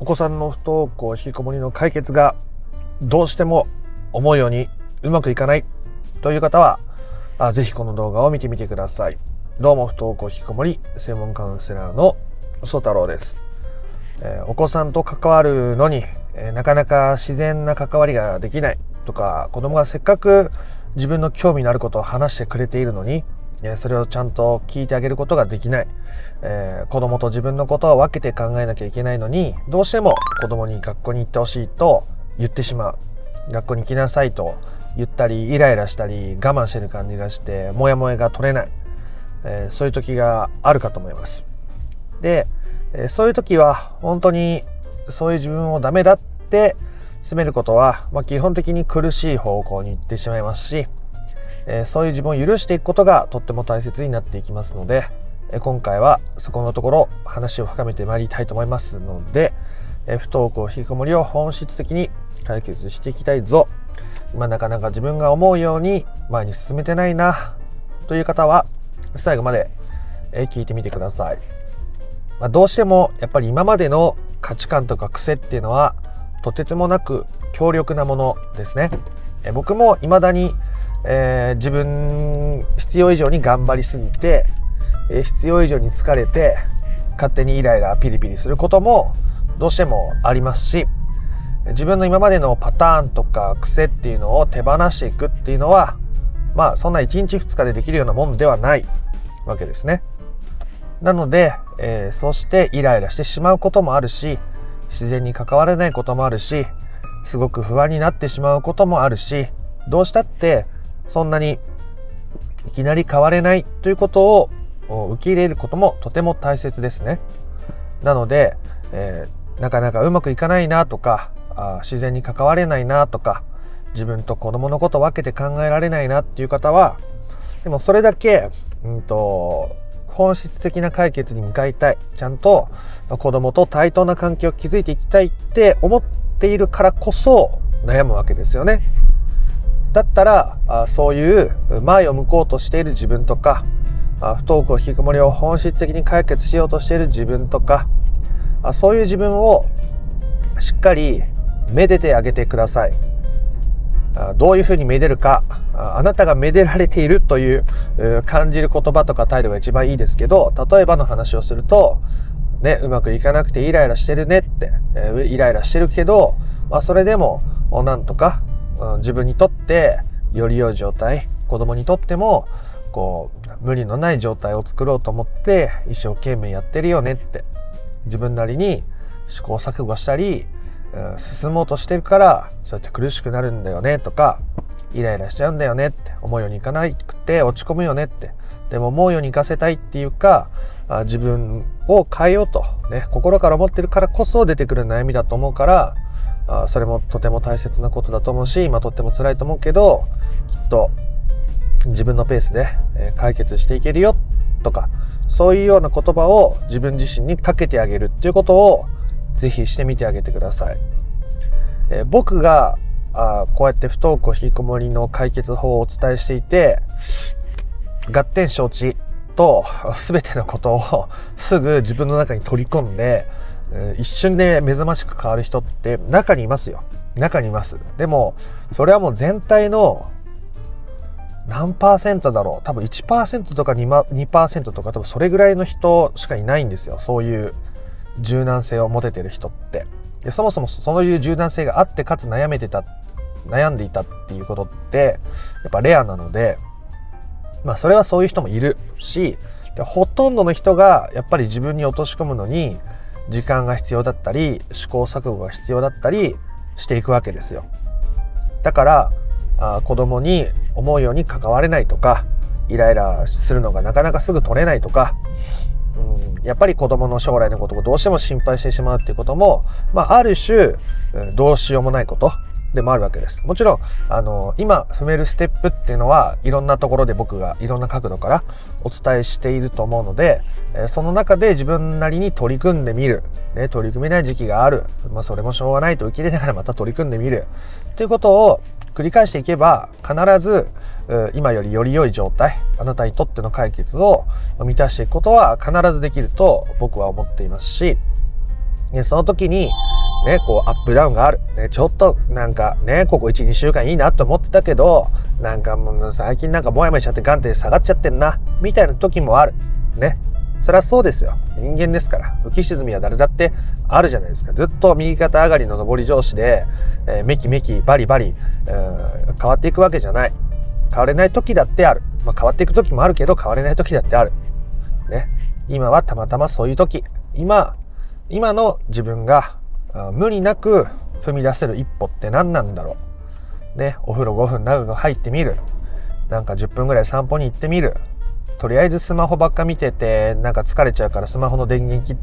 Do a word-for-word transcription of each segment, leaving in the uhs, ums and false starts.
お子さんの不登校引きこもりの解決がどうしても思うようにうまくいかないという方は、あぜひこの動画を見てみてください。どうも不登校引きこもり専門カウンセラーの曽太郎です。えー、お子さんと関わるのに、えー、なかなか自然な関わりができないとか、子供がせっかく自分の興味のあることを話してくれているのに、えー、それをちゃんと聞いてあげることができない、えー、子供と自分のことを分けて考えなきゃいけないのに、どうしても子供に学校に行ってほしいと言ってしまう、学校に行きなさいと言ったり、イライラしたり我慢してる感じがしてモヤモヤが取れない、えー、そういう時があるかと思います。で、えー、そういう時は本当にそういう自分をダメだって責めることは、まあ、基本的に苦しい方向に行ってしまいますし、えー、そういう自分を許していくことがとっても大切になっていきますので、えー、今回はそこのところ話を深めてまいりたいと思いますので、えー、不登校引きこもりを本質的に解決していきたいぞ、今なかなか自分が思うように前に進めてないなという方は最後まで聞いてみてください。まあ、どうしてもやっぱり今までの価値観とか癖っていうのはとてつもなく強力なものですね。え僕も未だに、えー、自分必要以上に頑張りすぎて、えー、必要以上に疲れて勝手にイライラピリピリすることもどうしてもありますし、自分の今までのパターンとか癖っていうのを手放していくっていうのは、まあそんないちにちふつかでできるようなものではないわけですね。なので、えー、そしてイライラしてしまうこともあるし、自然に関われないこともあるし、すごく不安になってしまうこともあるし、どうしたってそんなにいきなり変われないということを受け入れることもとても大切ですね。なので、えー、なかなかうまくいかないなとか、あ自然に関われないなとか、自分と子供のことを分けて考えられないなっていう方は、でもそれだけ、うんと本質的な解決に向かいたい、ちゃんと子供と対等な関係を築いていきたいって思っているからこそ悩むわけですよね。だったらあそういう前を向こうとしている自分とか、あ不登校引きこもりを本質的に解決しようとしている自分とか、あそういう自分をしっかりめでてあげてください。どういうふうにめでるか、あなたがめでられているという感じる言葉とか態度が一番いいですけど、例えばの話をすると、ね、うまくいかなくてイライラしてるねって、イライラしてるけど、まあ、それでもなんとか自分にとってより良い状態、子供にとってもこう無理のない状態を作ろうと思って一生懸命やってるよねって、自分なりに試行錯誤したり進もうとしてるからそうやって苦しくなるんだよねとか、イライラしちゃうんだよねって、思うようにいかなくて落ち込むよねって、でも思うようにいかせたいっていうか、自分を変えようと、ね、心から思ってるからこそ出てくる悩みだと思うから、あそれもとても大切なことだと思うし、今とっても辛いと思うけど、きっと自分のペースで解決していけるよとか、そういうような言葉を自分自身にかけてあげるっていうことをぜひしてみてあげてください。えー、僕があこうやって不登校引きこもりの解決法をお伝えしていて、合点承知と全てのことをすぐ自分の中に取り込んで、えー、一瞬で目覚ましく変わる人って中にいますよ。中にいます。でもそれはもう全体の何パーセントだろう、多分 いちパーセント とか にパーセント とか、多分それぐらいの人しかいないんですよ。そういう柔軟性を持ててる人って。でそもそもそういう柔軟性があって、かつ悩めてた悩んでいたっていうことってやっぱレアなので、まあそれはそういう人もいるし、でほとんどの人がやっぱり自分に落とし込むのに時間が必要だったり、試行錯誤が必要だったりしていくわけですよ。だからあ子供に思うように関われないとか、イライラするのがなかなかすぐ取れないとか、うん、やっぱり子供の将来のことをどうしても心配してしまうっていうことも、まあ、ある種どうしようもないことでもあるわけです。もちろんあの今踏めるステップっていうのはいろんなところで僕がいろんな角度からお伝えしていると思うので、その中で自分なりに取り組んでみる、ね、取り組めない時期がある、まあ、それもしょうがないと受け入れながらまた取り組んでみるということを繰り返していけば、必ず今よりより良い状態、あなたにとっての解決を満たしていくことは必ずできると僕は思っていますし、 でその時にね、こうアップダウンがある、ね、ちょっとなんかねここ いち,に 週間いいなと思ってたけど、なんかもう最近なんかモヤモヤしちゃってガンって下がっちゃってんなみたいな時もあるね。そりゃそうですよ、人間ですから。浮き沈みは誰だってあるじゃないですか。ずっと右肩上がりの上り調子で、えー、メキメキバリバリ、えー、変わっていくわけじゃない。変われない時だってある、まあ、変わっていく時もあるけど変われない時だってあるね。今はたまたまそういう時、今今の自分が無理なく踏み出せる一歩って何なんだろうね。お風呂ごふん長く入ってみる、なんかじゅっぷんぐらい散歩に行ってみる、とりあえずスマホばっか見ててなんか疲れちゃうからスマホの電源切って、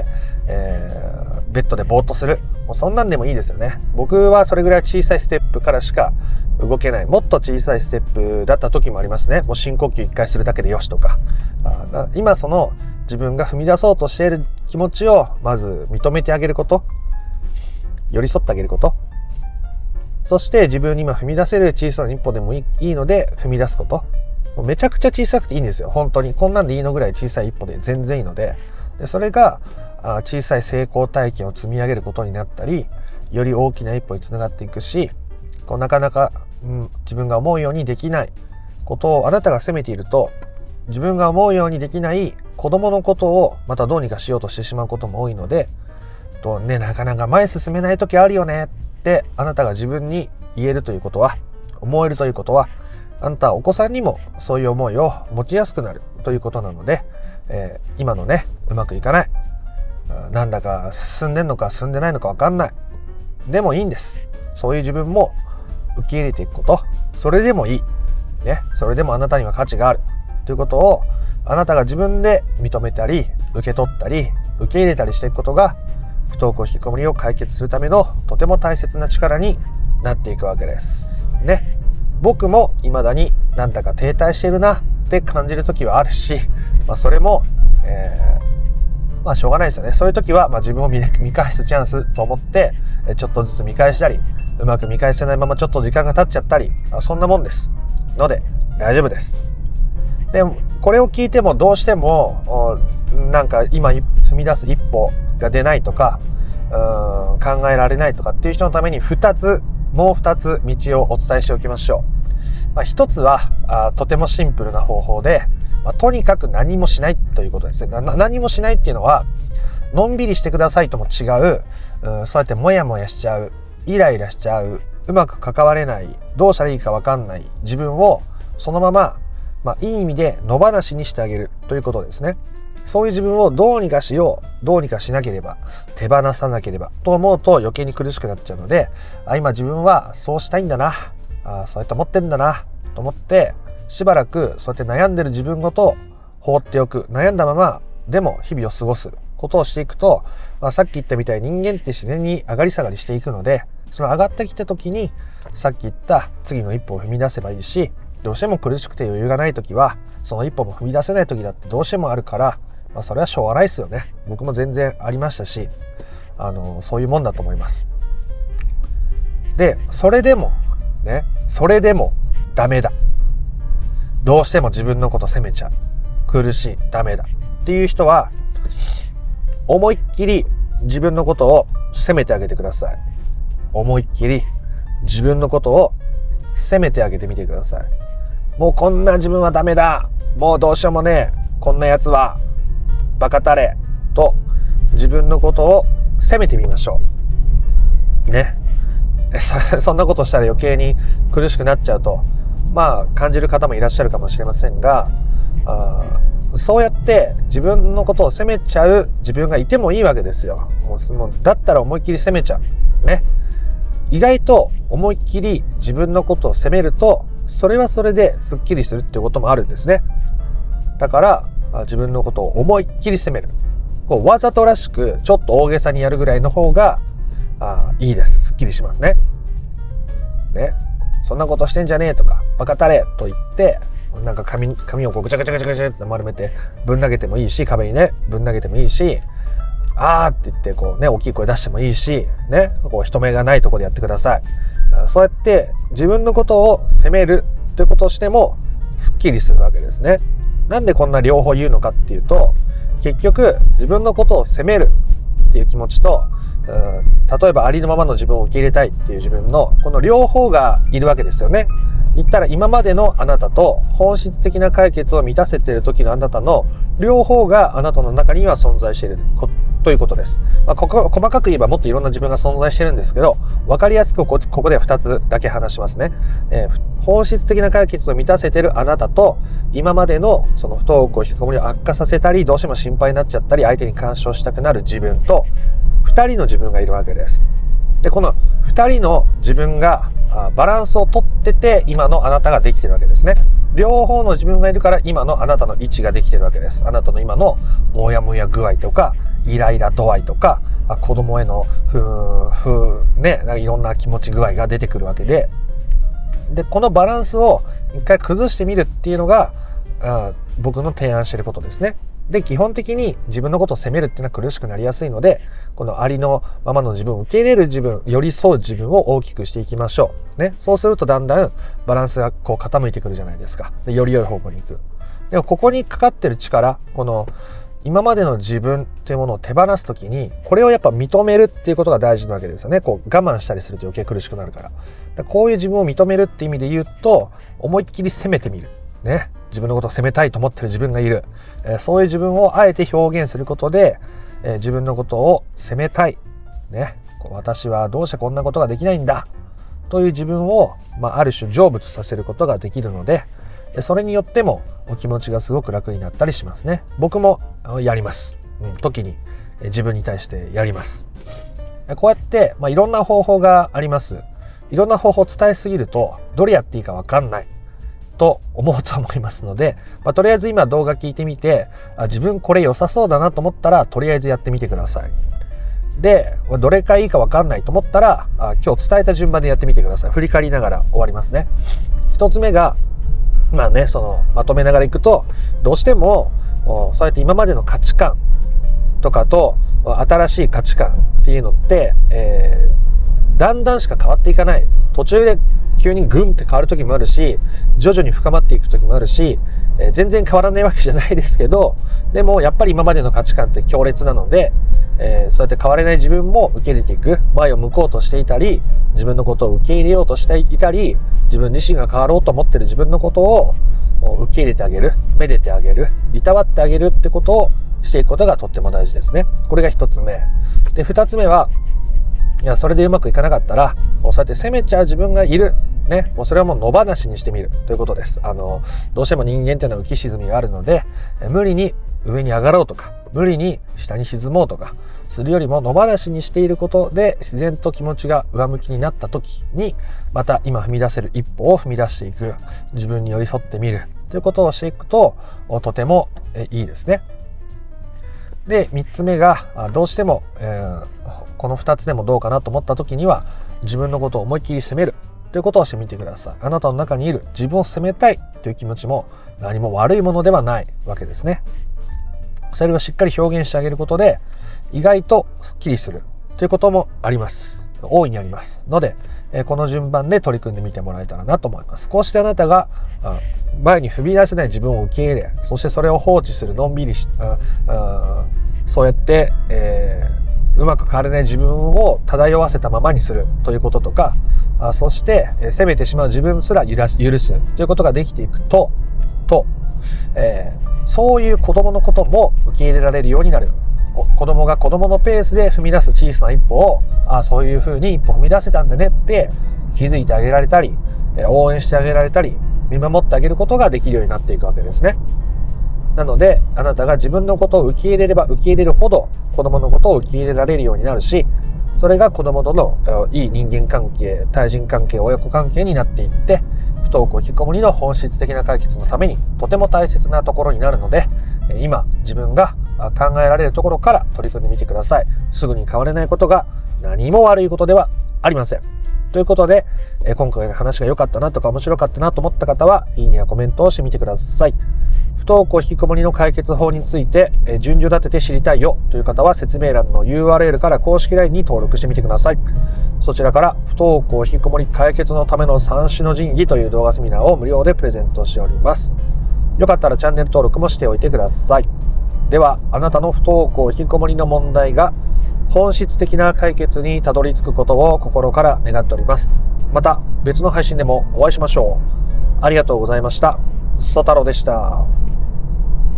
えー、ベッドでぼーっとする、もうそんなんでもいいですよね。僕はそれぐらい小さいステップからしか動けない。もっと小さいステップだった時もありますね。もう深呼吸いっかいするだけでよしとか、あ今その自分が踏み出そうとしている気持ちをまず認めてあげること、寄り添ってあげること、そして自分に今踏み出せる小さな一歩でもいいので踏み出すこと。もうめちゃくちゃ小さくていいんですよ。本当にこんなんでいいのぐらい小さい一歩で全然いいので、でそれがあ小さい成功体験を積み上げることになったり、より大きな一歩につながっていくし、こうなかなか、うん、自分が思うようにできないことをあなたが責めていると、自分が思うようにできない子供のことをまたどうにかしようとしてしまうことも多いので、とね、なかなか前進めない時あるよねってあなたが自分に言えるということは、思えるということは、あなたはお子さんにもそういう思いを持ちやすくなるということなので、えー、今のねうまくいかない、なんだか進んでんのか進んでないのか分かんない、でもいいんです。そういう自分も受け入れていくこと、それでもいいね。それでもあなたには価値があるということをあなたが自分で認めたり受け取ったり受け入れたりしていくことが、不登校引きこもりを解決するためのとても大切な力になっていくわけですね。僕も未だになんだか停滞しているなって感じる時はあるし、まあ、それも、えー、まあしょうがないですよね。そういう時は、まあ、自分を 見, 見返すチャンスと思ってちょっとずつ見返したり、うまく見返せないままちょっと時間が経っちゃったり、そんなもんですので大丈夫です。でもこれを聞いてもどうしてもなんか今踏み出す一歩が出ないとか、うーん考えられないとかっていう人のためにふたつもうふたつ道をお伝えしておきましょう。まあ、ひとつはあとてもシンプルな方法で、まあ、とにかく何もしないということですね。な何もしないっていうのは、のんびりしてくださいとも違う、うそうやってモヤモヤしちゃう、イライラしちゃう、うまく関われない、どうしたらいいか分かんない自分をそのまま、まあ、いい意味で野放しにしてあげるということですね。そういう自分をどうにかしよう、どうにかしなければ、手放さなければと思うと余計に苦しくなっちゃうので、あ今自分はそうしたいんだな、あそうやって思ってんだなと思って、しばらくそうやって悩んでる自分ごと放っておく、悩んだままでも日々を過ごすことをしていくと、まあ、さっき言ったみたいに人間って自然に上がり下がりしていくので、その上がってきた時にさっき言った次の一歩を踏み出せばいいし、どうしても苦しくて余裕がない時はその一歩も踏み出せない時だってどうしてもあるから、まあ、それはしょうがないですよね。僕も全然ありましたし、あのそういうもんだと思います。でそれでもねそれでもダメだ、どうしても自分のこと責めちゃう、苦しい、ダメだっていう人は、思いっきり自分のことを責めてあげてください。思いっきり自分のことを責めてあげてみてください。もうこんな自分はダメだ、もうどうしようもねえ、こんなやつはバカたれと自分のことを責めてみましょうね。そ, そんなことしたら余計に苦しくなっちゃうとまあ感じる方もいらっしゃるかもしれませんが、あそうやって自分のことを責めちゃう自分がいてもいいわけですよ。もうもうだったら思いっきり責めちゃうね。意外と思いっきり自分のことを責めると、それはそれですっきりするっていうこともあるんですね。だから自分のことを思いっきり責める、こうわざとらしくちょっと大げさにやるぐらいの方があいいです。すっきりしますね。ね、そんなことしてんじゃねえとかバカたれと言ってなんか 紙, 紙をこうぐちゃぐちゃぐちゃぐちゃって丸めてぶん投げてもいいし、壁にねぶん投げてもいいし、あーって言ってこうね大きい声出してもいいしね、こう人目がないところでやってください。そうやって自分のことを責めるということをしてもすっきりするわけですね。なんでこんな両方言うのかっていうと、結局自分のことを責めるっていう気持ちと、うん、例えばありのままの自分を受け入れたいっていう自分のこの両方がいるわけですよね。言ったら今までのあなたと本質的な解決を満たせている時のあなたの両方があなたの中には存在しているということです。まあ、ここ細かく言えばもっといろんな自分が存在してるんですけど、分かりやすくここではふたつだけ話しますね。えー、本質的な解決を満たせているあなたと、今までのその不登校引きこもりを悪化させたり、どうしても心配になっちゃったり、相手に干渉したくなる自分とふたりの自分がいるわけです。でこのふたりの自分がバランスをとってて今のあなたができてるわけですね。両方の自分がいるから今のあなたの位置ができてるわけです。あなたの今のモヤモヤ具合とかイライラ度合いとか子供へのふーふーね、いろんな気持ち具合が出てくるわけで、でこのバランスを一回崩してみるっていうのがあ僕の提案していることですね。で基本的に自分のことを責めるっていうのは苦しくなりやすいので、このありのままの自分を受け入れる自分、寄り添う自分を大きくしていきましょう、ね、そうするとだんだんバランスがこう傾いてくるじゃないですか。でより良い方向に行く。でもここにかかってる力、この今までの自分っていうものを手放すときにこれをやっぱ認めるっていうことが大事なわけですよね。こう我慢したりすると余計苦しくなるから。だからこういう自分を認めるって意味で言うと、思いっきり責めてみるね。自分のことを責めたいと思ってる自分がいる、えー、そういう自分をあえて表現することで、えー、自分のことを責めたい、ね、こう私はどうしてこんなことができないんだという自分を、まあ、ある種成仏させることができるので、それによってもお気持ちがすごく楽になったりしますね。僕もやります、うん、時に自分に対してやります。こうやって、まあ、いろんな方法があります。いろんな方法を伝えすぎるとどれやっていいか分かんないと思うと思いますので、まあ、とりあえず今動画聞いてみて、あ自分これ良さそうだなと思ったらとりあえずやってみてください。でどれかいいか分かんないと思ったらあ今日伝えた順番でやってみてください。振り返りながら終わりますね。一つ目がまあねそのまとめながらいくと、どうしてもそうやって今までの価値観とかと新しい価値観っていうのって、えー、だんだんしか変わっていかない。途中で急にグンって変わる時もあるし、徐々に深まっていく時もあるし、えー、全然変わらないわけじゃないですけど、でもやっぱり今までの価値観って強烈なので、えー、そうやって変われない自分も受け入れていく、前を向こうとしていたり、自分のことを受け入れようとしていたり、自分自身が変わろうと思っている自分のことを受け入れてあげる、めでてあげる、いたわってあげるってことをしていくことがとっても大事ですね。これが一つ目で、二つ目は、いやそれでうまくいかなかったらもうそうやって責めちゃう自分がいる、ね、もうそれはもう野放しにしてみるということです。あのどうしても人間というのは浮き沈みがあるので、無理に上に上がろうとか無理に下に沈もうとかするよりも野放しにしていることで自然と気持ちが上向きになった時にまた今踏み出せる一歩を踏み出していく、自分に寄り添ってみるということをしていくととてもいいですね。でみっつめがどうしても、えー、このふたつでもどうかなと思った時には自分のことを思いっきり責めるということをしてみてください。あなたの中にいる自分を責めたいという気持ちも何も悪いものではないわけですね。それをしっかり表現してあげることで意外とスッキリするということもあります。大いにありますので、この順番で取り組んでみてもらえたらなと思います。こうしてあなたが前に踏み出せない自分を受け入れ、そしてそれを放置する、のんびりしそうやって、えー、うまく変われない自分を漂わせたままにするということとか、そして責めてしまう自分すら許す、許すということができていくとと、えー、そういう子供のことも受け入れられるようになる。子供が子供のペースで踏み出す小さな一歩を、あそういうふうに一歩踏み出せたんだねって気づいてあげられたり、応援してあげられたり、見守ってあげることができるようになっていくわけですね。なのであなたが自分のことを受け入れれば受け入れるほど子供のことを受け入れられるようになるし、それが子供とのいい人間関係、対人関係、親子関係になっていって、不登校引きこもりの本質的な解決のためにとても大切なところになるので、今自分が考えられるところから取り組んでみてください。すぐに変われないことが何も悪いことではありません。ということで、今回の話が良かったなとか面白かったなと思った方はいいねやコメントをしてみてください。不登校引きこもりの解決法について順序立てて知りたいよという方は説明欄の ユーアールエル から公式 ライン に登録してみてください。そちらから不登校引きこもり解決のための三種の神器という動画セミナーを無料でプレゼントしております。よかったらチャンネル登録もしておいてください。ではあなたの不登校引きこもりの問題が本質的な解決にたどり着くことを心から願っております。また別の配信でもお会いしましょう。ありがとうございました。ソ太郎でした。